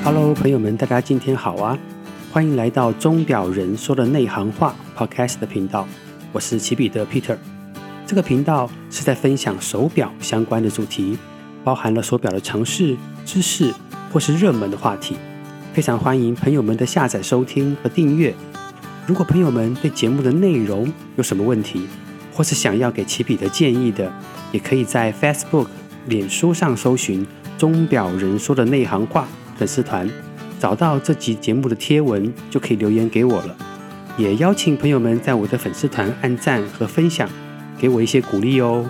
Hello， 朋友们，大家今天好啊！欢迎来到钟表人说的内行话 Podcast 的频道，我是齐彼得 Peter。这个频道是在分享手表相关的主题，包含了手表的常识、知识或是热门的话题。非常欢迎朋友们的下载、收听和订阅。如果朋友们对节目的内容有什么问题，或是想要给齐彼得建议的，也可以在 Facebook、脸书上搜寻钟表人说的内行话粉丝团，找到这集节目的贴文，就可以留言给我了。也邀请朋友们在我的粉丝团按赞和分享，给我一些鼓励哦。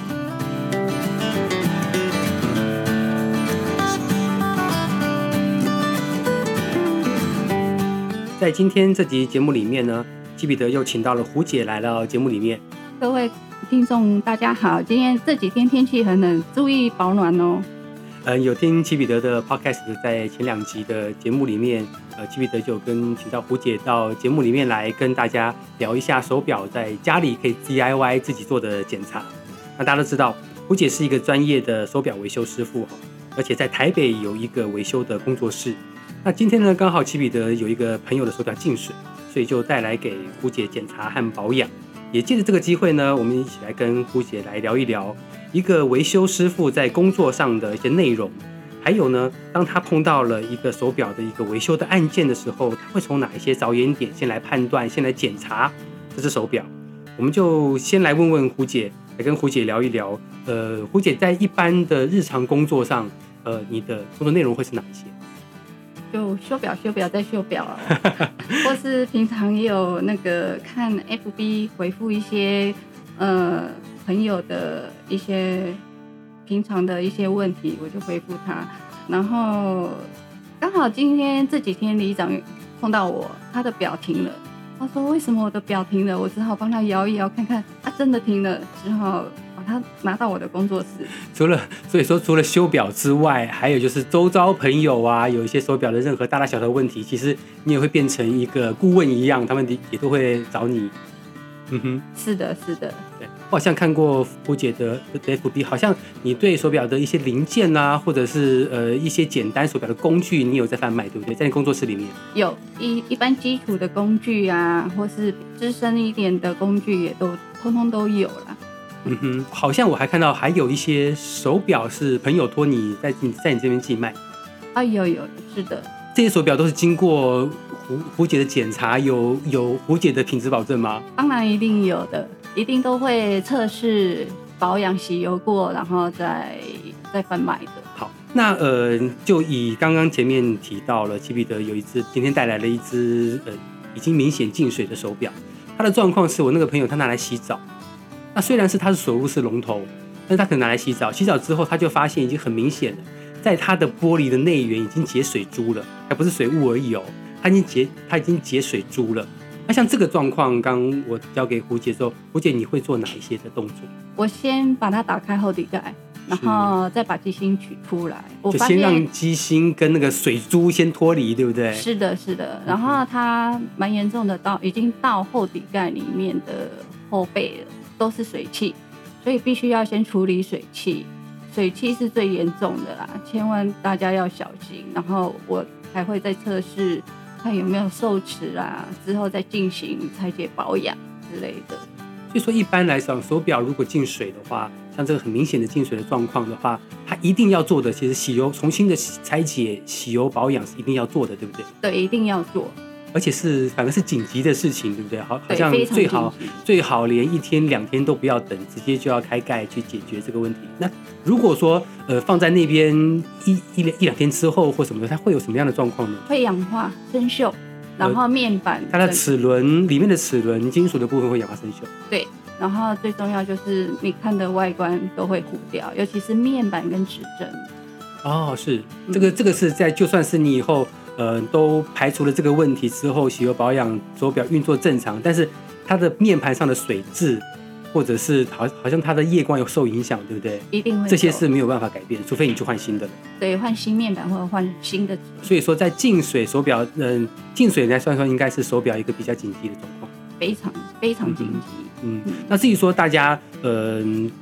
在今天这集节目里面呢，齐彼得又请到了胡姐来到节目里面。 各位听众大家好，今天这几天天气很冷，注意保暖哦。 有听齐彼得的 podcast， 在前2集的节目里面，齐彼得就请到胡姐到节目里面来跟大家聊一下手表在家里可以 DIY 自己做的检查。那大家都知道，胡姐是一个专业的手表维修师傅，而且在台北有一个维修的工作室。那今天呢，刚好齐彼得有一个朋友的手表进水，所以就带来给胡姐检查和保养。也借着这个机会呢，我们一起来跟胡姐来聊一聊一个维修师傅在工作上的一些内容，还有呢，当他碰到了一个手表的一个维修的案件的时候，他会从哪一些着眼点先来判断、先来检查这只手表。我们就先来问问胡姐，来跟胡姐聊一聊。胡姐在一般的日常工作上，你的工作内容会是哪一些？ 就修表再修表啊，或是平常也有那个看 FB 回复一些朋友的一些平常的一些问题，我就回复他。然后刚好今天这几天里长碰到我，他的表停了，他说为什么我的表停了？我只好帮他摇一摇看看，真的停了，只好把它拿到我的工作室。 所以说除了修表之外，还有就是周遭朋友啊，有一些手表的任何大大小小的问题，其实你也会变成一个顾问一样，他们也都会找你。 是的。 对，我好像看过胡姐的 FB， 好像你对手表的一些零件啊，或者是一些简单手表的工具，你有在贩卖，对不对？在你工作室里面有一般基础的工具啊，或是资深一点的工具也都通通都有啦。 好像我还看到还有一些手表是朋友托你在你这边寄卖啊，有，是的。 这些手表都是经过胡姐的检查，有胡姐的品质保证吗？ 当然一定有的，一定都会测试、保养、洗油过，然后再贩卖的。 好，那就以刚刚前面提到了，齐彼得有今天带来了一只已经明显进水的手表，它的状况是我那个朋友他拿来洗澡。那虽然它是锁入式龙头，但是他可能拿来洗澡，洗澡之后他就发现已经很明显了，在它的玻璃的内缘已经结水珠了，还不是水雾而已哦，它已经结水珠了。那像这个状况，刚我交给胡姐之后，胡姐你会做哪一些的动作？ 我先把它打开后底盖，然后再把机芯取出来。 就先让机芯跟那个水珠先脱离，对不对？ 是的。然后它蛮严重的，已经到后底盖里面的后背了。都是水汽，所以必须要先处理水汽。水汽是最严重的啦，千万大家要小心。然后我还会再测试看有没有受磁啊，之后再进行拆解保养之类的。 所以说一般来讲，手表如果进水的话，像这个很明显的进水的状况的话，它一定要做的其实洗油重新的拆解、洗油保养是一定要做的，对不对？ 对，一定要做。 而且反而是紧急的事情，对不对？好像最好连1天2天都不要等，直接就要开盖去解决这个问题。那如果说放在那边一两天之后或什么的，它会有什么样的状况呢？ 会氧化生锈，然后面板它的齿轮里面的齿轮金属的部分会氧化生锈。 对，然后最重要就是你看的外观都会糊掉，尤其是面板跟指针。 哦，是这个是在就算是你以后都排除了这个问题之后，洗油保养手表运作正常，但是它的面盘上的水质或者是好像它的夜光有受影响，对不对？ 一定会。 这些是没有办法改变，除非你去换新的了。 对，换新面板或者换新的。 所以说，在进水手表，进水来算应该是手表一个比较紧急的状况， 非常紧急。 那至于说大家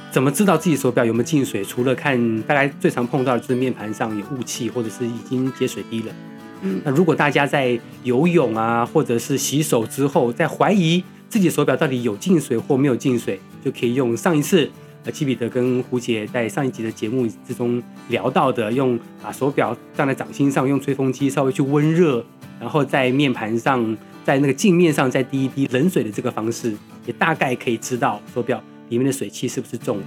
怎么知道自己手表有没有进水？除了看大概最常碰到的就是面盘上有雾气，或者是已经结水滴了。那如果大家在游泳啊，或者是洗手之后，在怀疑自己手表到底有进水或没有进水，就可以用上一次戚彼得跟胡姐在上一集的节目之中聊到的，用把手表站在掌心上，用吹风机稍微去温热，然后在面盘上，在那个镜面上再滴一滴冷水的这个方式，也大概可以知道手表里面的水汽是不是重。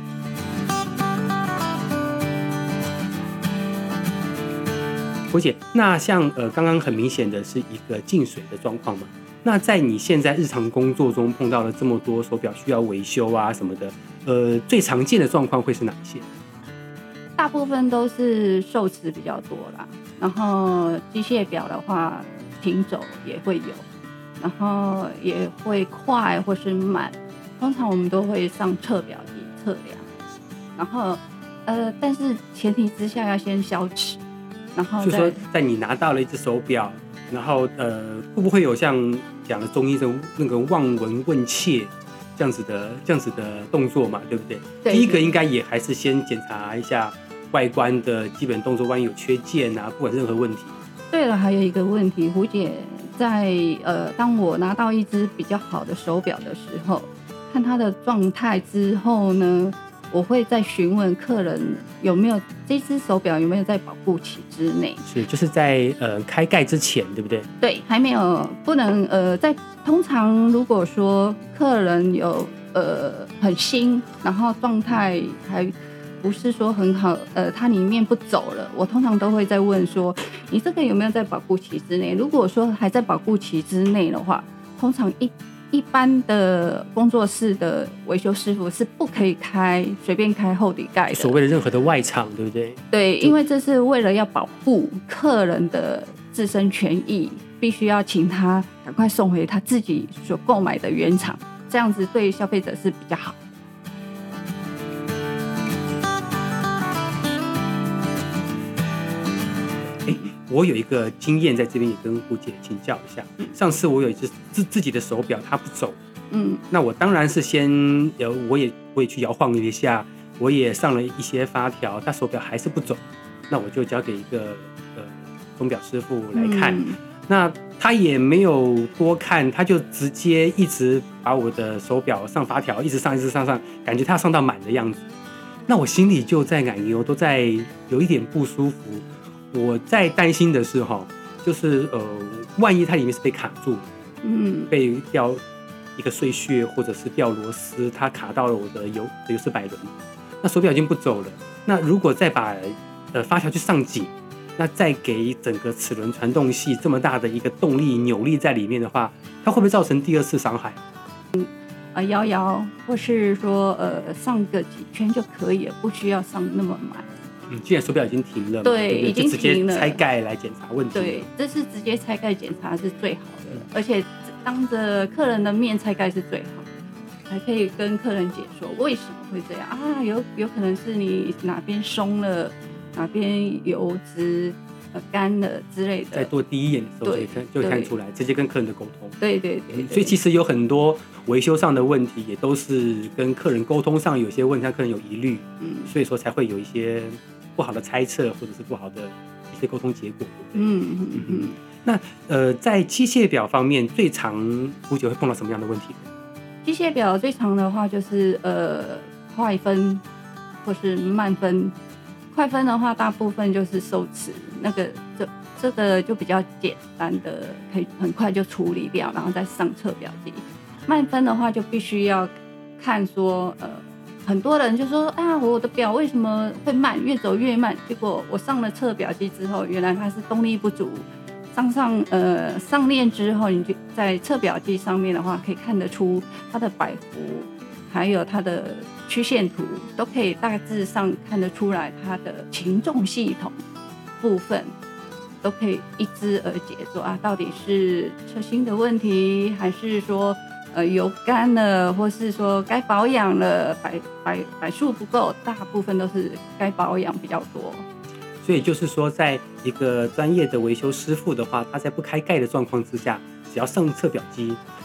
胡姐，那像刚刚很明显的是一个进水的状况嘛？那在你现在日常工作中碰到了这么多手表需要维修啊什么的，最常见的状况会是哪些？ 大部分都是受磁比较多啦，然后机械表的话停走也会有，然后也会快或是慢，通常我们都会上测表机测量，然后但是前提之下要先消磁。然后就说在你拿到了一只手表，然后会不会有像讲的中医的那个望闻问切这样子的动作嘛？对不对？ 对， 第一个应该也还是先检查一下外观的基本动作，万一有缺件啊，不管任何问题。 对了，还有一个问题，胡姐在当我拿到一只比较好的手表的时候，看它的状态之后呢，我会再询问客人有没有这只手表有没有在保护期之内。 是，就是在开盖之前，对不对？ 对，还没有，不能在通常如果说客人有很新，然后状态还不是说很好，它里面不走了，我通常都会再问说，你这个有没有在保护期之内？如果说还在保护期之内的话，通常一般的工作室的维修师傅是不可以随便开厚底盖的， 所谓的任何的外场，对不对？ 对，因为这是为了要保护客人的自身权益，必须要请他赶快送回他自己所购买的原厂，这样子对消费者是比较好。 我有一个经验在这边也跟胡姐请教一下。上次我有一只自己的手表，它不走，那我当然是先我也去摇晃了一下，我也上了一些发条，但手表还是不走，那我就交给一个钟表师傅来看，那他也没有多看，他就直接一直把我的手表上发条，一直上，感觉他上到满的样子，那我心里就在感忧，都在有一点不舒服。我在担心的是就是万一它里面是被卡住，被掉一个碎屑或者是掉螺丝，它卡到了我的油丝摆轮，那手表已经不走了。那如果再把发条去上紧，那再给整个齿轮传动系这么大的一个动力扭力在里面的话，它会不会造成第二次伤害？ 摇，或是说上个几圈就可以了，不需要上那么满。 既然手表已经停了， 对，已经停了， 就直接拆盖来检查问题。 对，这是直接拆盖检查是最好的，而且当着客人的面拆盖是最好的，还可以跟客人解说为什么会这样啊？有可能是你哪边松了，哪边油脂干了之类的。在做第一眼的时候就看出来，直接跟客人的沟通。 对， 所以其实有很多维修上的问题，也都是跟客人沟通上有些问题，客人有疑虑，所以说才会有一些不好的猜测，或者是不好的一些沟通结果。那在机械表方面，最常胡姐会碰到什么样的问题？ 机械表最常的话就是快分或是慢分。快分的话，大部分就是受磁，这个就比较简单的，可以很快就处理掉，然后再上测表机。慢分的话，就必须要看说很多人就说啊，我的表为什么会慢，越走越慢？结果我上了测表机之后，原来它是动力不足。上链之后，你就在测表机上面的话，可以看得出它的摆幅，还有它的曲线图，都可以大致上看得出来它的擒重系统部分，都可以一知而解，说啊，到底是车芯的问题，还是说油干了，或是说该保养了，摆数不够，大部分都是该保养比较多。 所以就是说，在一个专业的维修师傅的话，他在不开盖的状况之下，只要上测表机，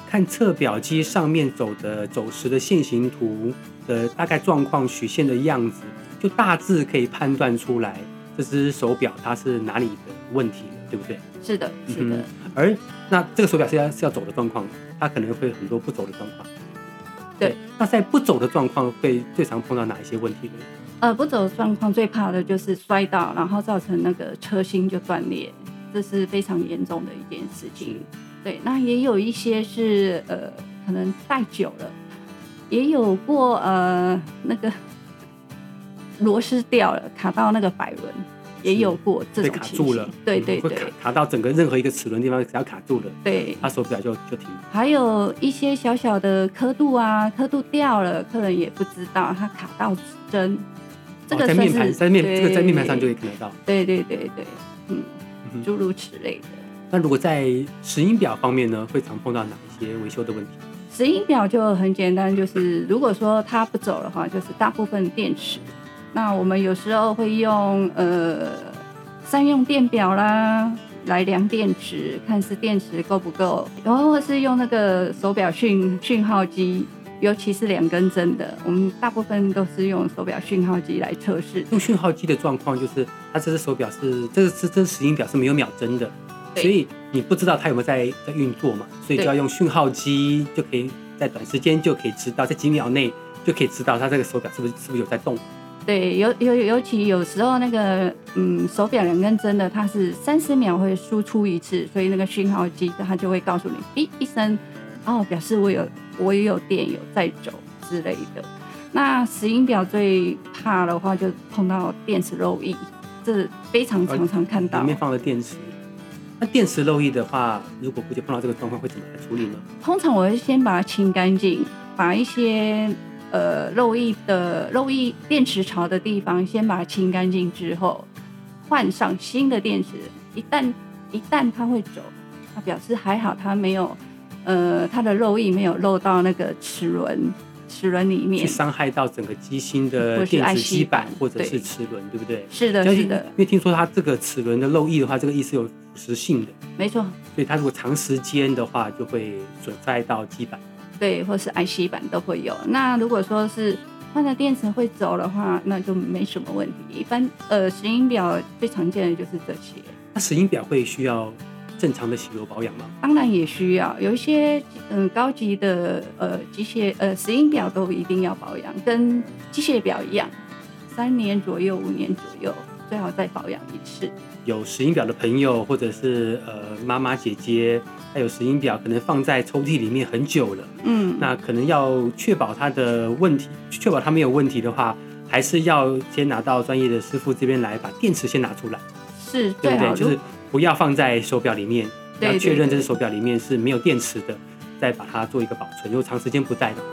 看测表机上面走时的线形图的大概状况、曲线的样子，就大致可以判断出来这只手表它是哪里的问题了，对不对？ 是的，是的。 而那这个手表是要走的状况，它可能会很多不走的状况。 对， 那在不走的状况会最常碰到哪一些问题呢？ 不走的状况最怕的就是摔倒，然后造成那个车芯就断裂，这是非常严重的一件事情。对，那也有一些是可能戴久了，也有过那个螺丝掉了，卡到那个摆轮，也有过这种情形， 卡住了。 对对对， 会卡到整个任何一个齿轮地方，只要卡住了， 对， 它手表就停。 还有一些小小的刻度啊，刻度掉了，客人也不知道，它卡到指针。这个在面盘这个在面盘上就可以看得到。 对对对对，诸如此类的。 那如果在石英表方面呢，会常碰到哪一些维修的问题？ 石英表就很简单，就是如果说它不走的话，就是大部分电池。那我们有时候会用三用电表啦来量电池，看是电池够不够，然后或是用那个手表讯号机。尤其是2根针的，我们大部分都是用手表讯号机来测试。 用讯号机的状况就是，它这只手表这只石英表是没有秒针的，所以你不知道它有没有在运作嘛，所以就要用讯号机，就可以在短时间就可以知道，在几秒内就可以知道它这个手表是不是有在动。 对，尤其有时候那个手表2根针的，它是30秒会输出一次，所以那个讯号机它就会告诉你，哔一声，表示我也有电有在走之类的。那石英表最怕的话，就碰到电池漏液，这非常常看到。 里面放了电池，那电池漏液的话，如果不碰到这个状况，会怎么来处理呢？ 通常我会先把它清干净，把一些漏液电池槽的地方先把它清干净之后，换上新的电池。一旦它会走，它表示还好，它没有。它的漏液没有漏到那个齿轮里面， 去伤害到整个机芯的电子基板或者是齿轮，对不对？ 是的，是的。 因为听说它这个齿轮的漏液的话，这个液是有腐蚀性的， 没错。 所以它如果长时间的话，就会损害到基板， 对，或是 IC 板都会有。那如果说是换了电池会走的话，那就没什么问题。一般石英表最常见的就是这些。 那石英表会需要正常的洗油保养吗？ 当然也需要，有一些高级的机械石英表都一定要保养，跟机械表一样，3年左右、5年左右，最好再保养一次。 有石英表的朋友，或者是妈妈姐姐，还有石英表可能放在抽屉里面很久了，那可能要确保它的问题，确保它没有问题的话，还是要先拿到专业的师傅这边来，把电池先拿出来， 是对不对？就是不要放在手表里面，要确认这只手表里面是没有电池的，再把它做一个保存。如果长时间不戴的，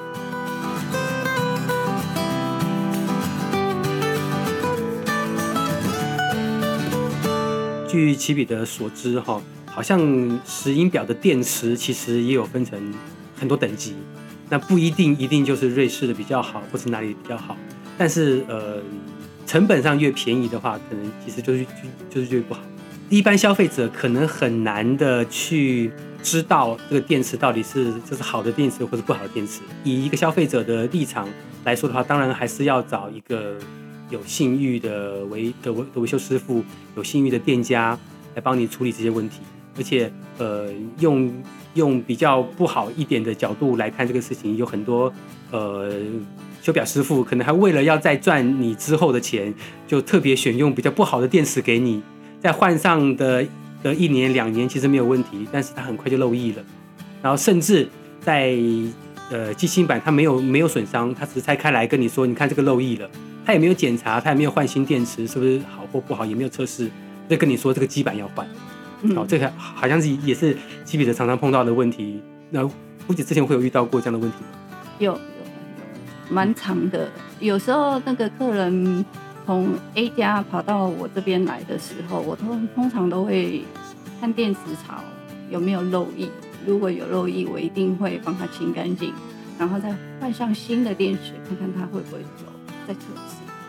据齐彼得所知，好像石英表的电池其实也有分成很多等级，那不一定就是瑞士的比较好，或是哪里比较好，但是成本上越便宜的话，可能其实就是越不好。一般消费者可能很难的去知道这个电池到底是这是好的电池或是不好的电池。以一个消费者的立场来说的话，当然还是要找一个有信誉的维修师傅，有信誉的店家来帮你处理这些问题。而且用比较不好一点的角度来看这个事情，有很多修表师傅可能还为了要再赚你之后的钱，就特别选用比较不好的电池给你。再换上的1年2年其实没有问题，但是它很快就漏液了。然后甚至在机芯板它没有损伤，它只是拆开来跟你说，你看这个漏液了，它也没有检查，它也没有换新电池是不是好或不好，也没有测试，就跟你说这个基板要换。这个好像是也是齐彼得常常碰到的问题。那估计之前会有遇到过这样的问题吗？ 有蛮长的，有时候那个客人从 A 家跑到我这边来的时候，我通常都会看电池槽有没有漏液，如果有漏液，我一定会帮他清干净，然后再换上新的电池，看看它会不会走，再测试。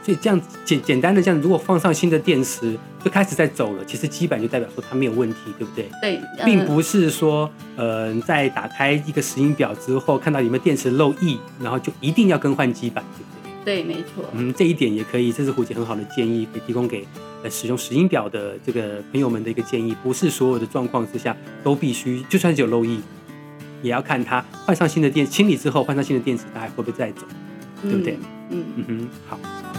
所以这样简单的这样，如果放上新的电池就开始在走了，其实基本就代表说它没有问题，对不对？ 对， 并不是说在打开一个石英表之后看到里面电池漏液，然后就一定要更换基板，对不对？ 对，没错。 这一点也可以，这是胡姐很好的建议，可以提供给使用石英表的这个朋友们的一个建议。不是所有的状况之下都必须，就算是有漏液，也要看它换上新的电，清理之后换上新的电池，它还会不会再走，对不对？好。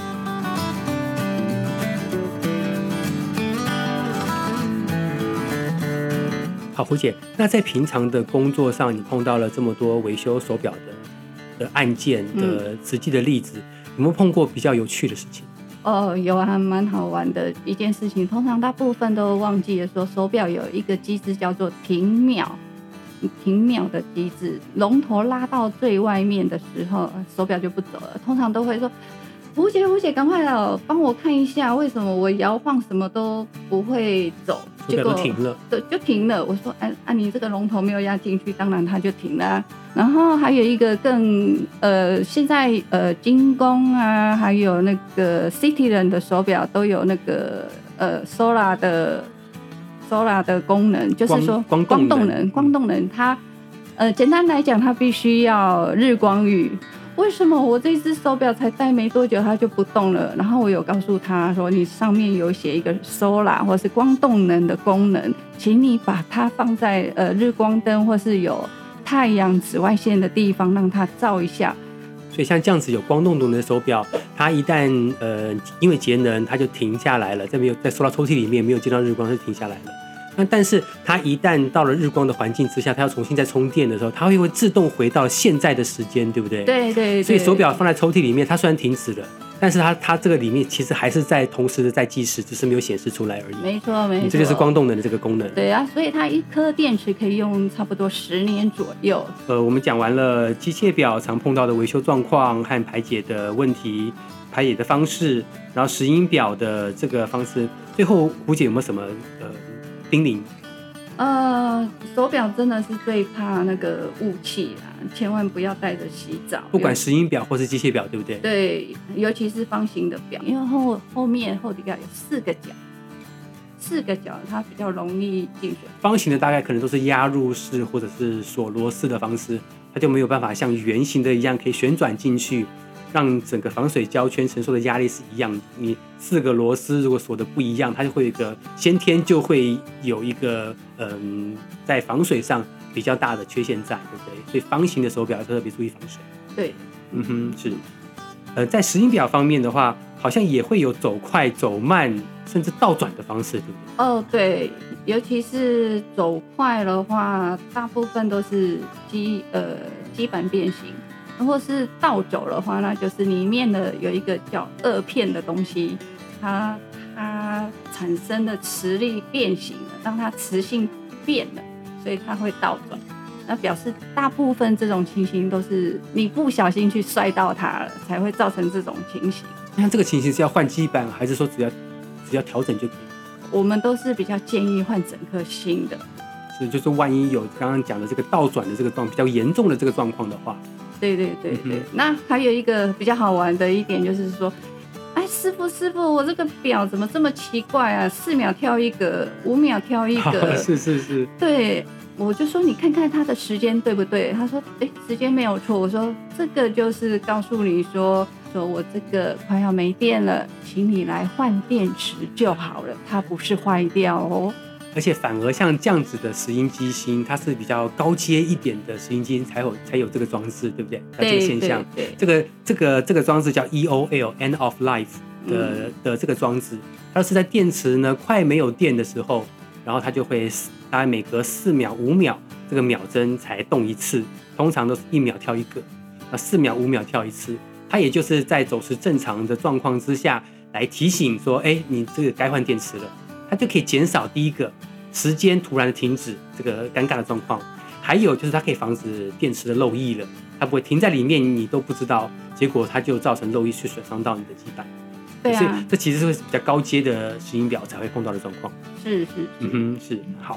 好，胡姐，那在平常的工作上，你碰到了这么多维修手表的案件的实际的例子，有没有碰过比较有趣的事情？ 有啊，蛮好玩的一件事情。通常大部分都忘记了说，手表有一个机制叫做停秒的机制。龙头拉到最外面的时候，手表就不走了。通常都会说，胡姐，赶快帮我看一下，为什么我摇晃什么都不会走？ 手表都停了， 对，就停了。我说，你这个龙头没有压进去，当然它就停了啊。然后还有一个更现在精工啊，还有那个 Citizen 的手表都有那个solar 的功能，就是说光动能，它简单来讲，它必须要日光浴。为什么我这只手表才戴没多久它就不动了？然后我有告诉他说，你上面有写一个 solar 或是光动能的功能，请你把它放在日光灯或是有太阳紫外线的地方，让它照一下。 所以像这样子有光动能的手表，它一旦因为节能，它就停下来了，在收到抽屉里面没有接到日光，就停下来了。那但是它一旦到了日光的环境之下，它要重新再充电的时候，它会自动回到现在的时间，对不对？ 对。 所以手表放在抽屉里面，它虽然停止了，但是它这个里面其实还是在同时的在计时，只是没有显示出来而已。 没错。 这就是光动能的这个功能。 对啊，所以它一颗电池可以用差不多10年左右。 我们讲完了机械表常碰到的维修状况和排解的问题、排解的方式，然后石英表的这个方式，最后胡姐有没有什么叮咛？ 手表真的是最怕那个雾气啦，千万不要带着洗澡。 不管石英表或是机械表，对不对？ 对，尤其是方形的表，因为后底表有4个角，它比较容易进水。 方形的大概可能都是压入式或者是锁螺式的方式，它就没有办法像圆形的一样可以旋转进去，让整个防水胶圈承受的压力是一样的。你4个螺丝如果锁的不一样，它就会有一个先天就会有一个在防水上比较大的缺陷在，对不对？所以方形的手表要特别注意防水。 对， 是。在石英表方面的话，好像也会有走快、走慢，甚至倒转的方式，对不对？ 对，尤其是走快的话，大部分都是基板变形。如果是倒走的话，那就是里面的有一个叫锷片的东西，它产生的磁力变形了，让它磁性变了，所以它会倒转。那表示大部分这种情形都是你不小心去摔到它了，才会造成这种情形。 那这个情形是要换基板，还是说只要调整就可以？ 我们都是比较建议换整颗新的。 是，就是万一有刚刚讲的这个倒转的这个比较严重的这个状况的话。 对。那还有一个比较好玩的一点就是说，师傅，我这个表怎么这么奇怪啊？4秒跳一个，5秒跳一个。 是。 对，我就说你看看它的时间对不对？他说，时间没有错。我说这个就是告诉你说我这个快要没电了，请你来换电池就好了，它不是坏掉哦。 而且反而像这样子的石英机芯，它是比较高阶一点的石英机芯才有这个装置，对不对？ 对， 这个现象，这个装置叫 EOL End of Life 的这个装置，它是在电池呢快没有电的时候，然后它就会大概每隔4秒、5秒这个秒针才动一次，通常都是1秒跳一个，那4秒、5秒跳一次，它也就是在走时正常的状况之下来提醒说，你这个该换电池了。它就可以减少第一个时间突然的停止这个尴尬的状况，还有就是它可以防止电池的漏液了，它不会停在里面你都不知道，结果它就造成漏液去损伤到你的基板。 对啊， 所以这其实是比较高阶的石英表才会碰到的状况。 是。 是好。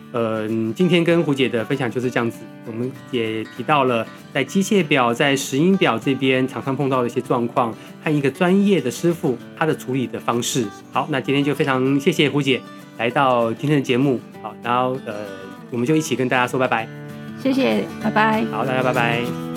今天跟胡姐的分享就是这样子，我们也提到了在机械表、在石英表这边常常碰到的一些状况，和一个专业的师傅他的处理的方式。好，那今天就非常谢谢胡姐来到今天的节目，好，然后我们就一起跟大家说拜拜。 谢谢，拜拜。 好，大家拜拜。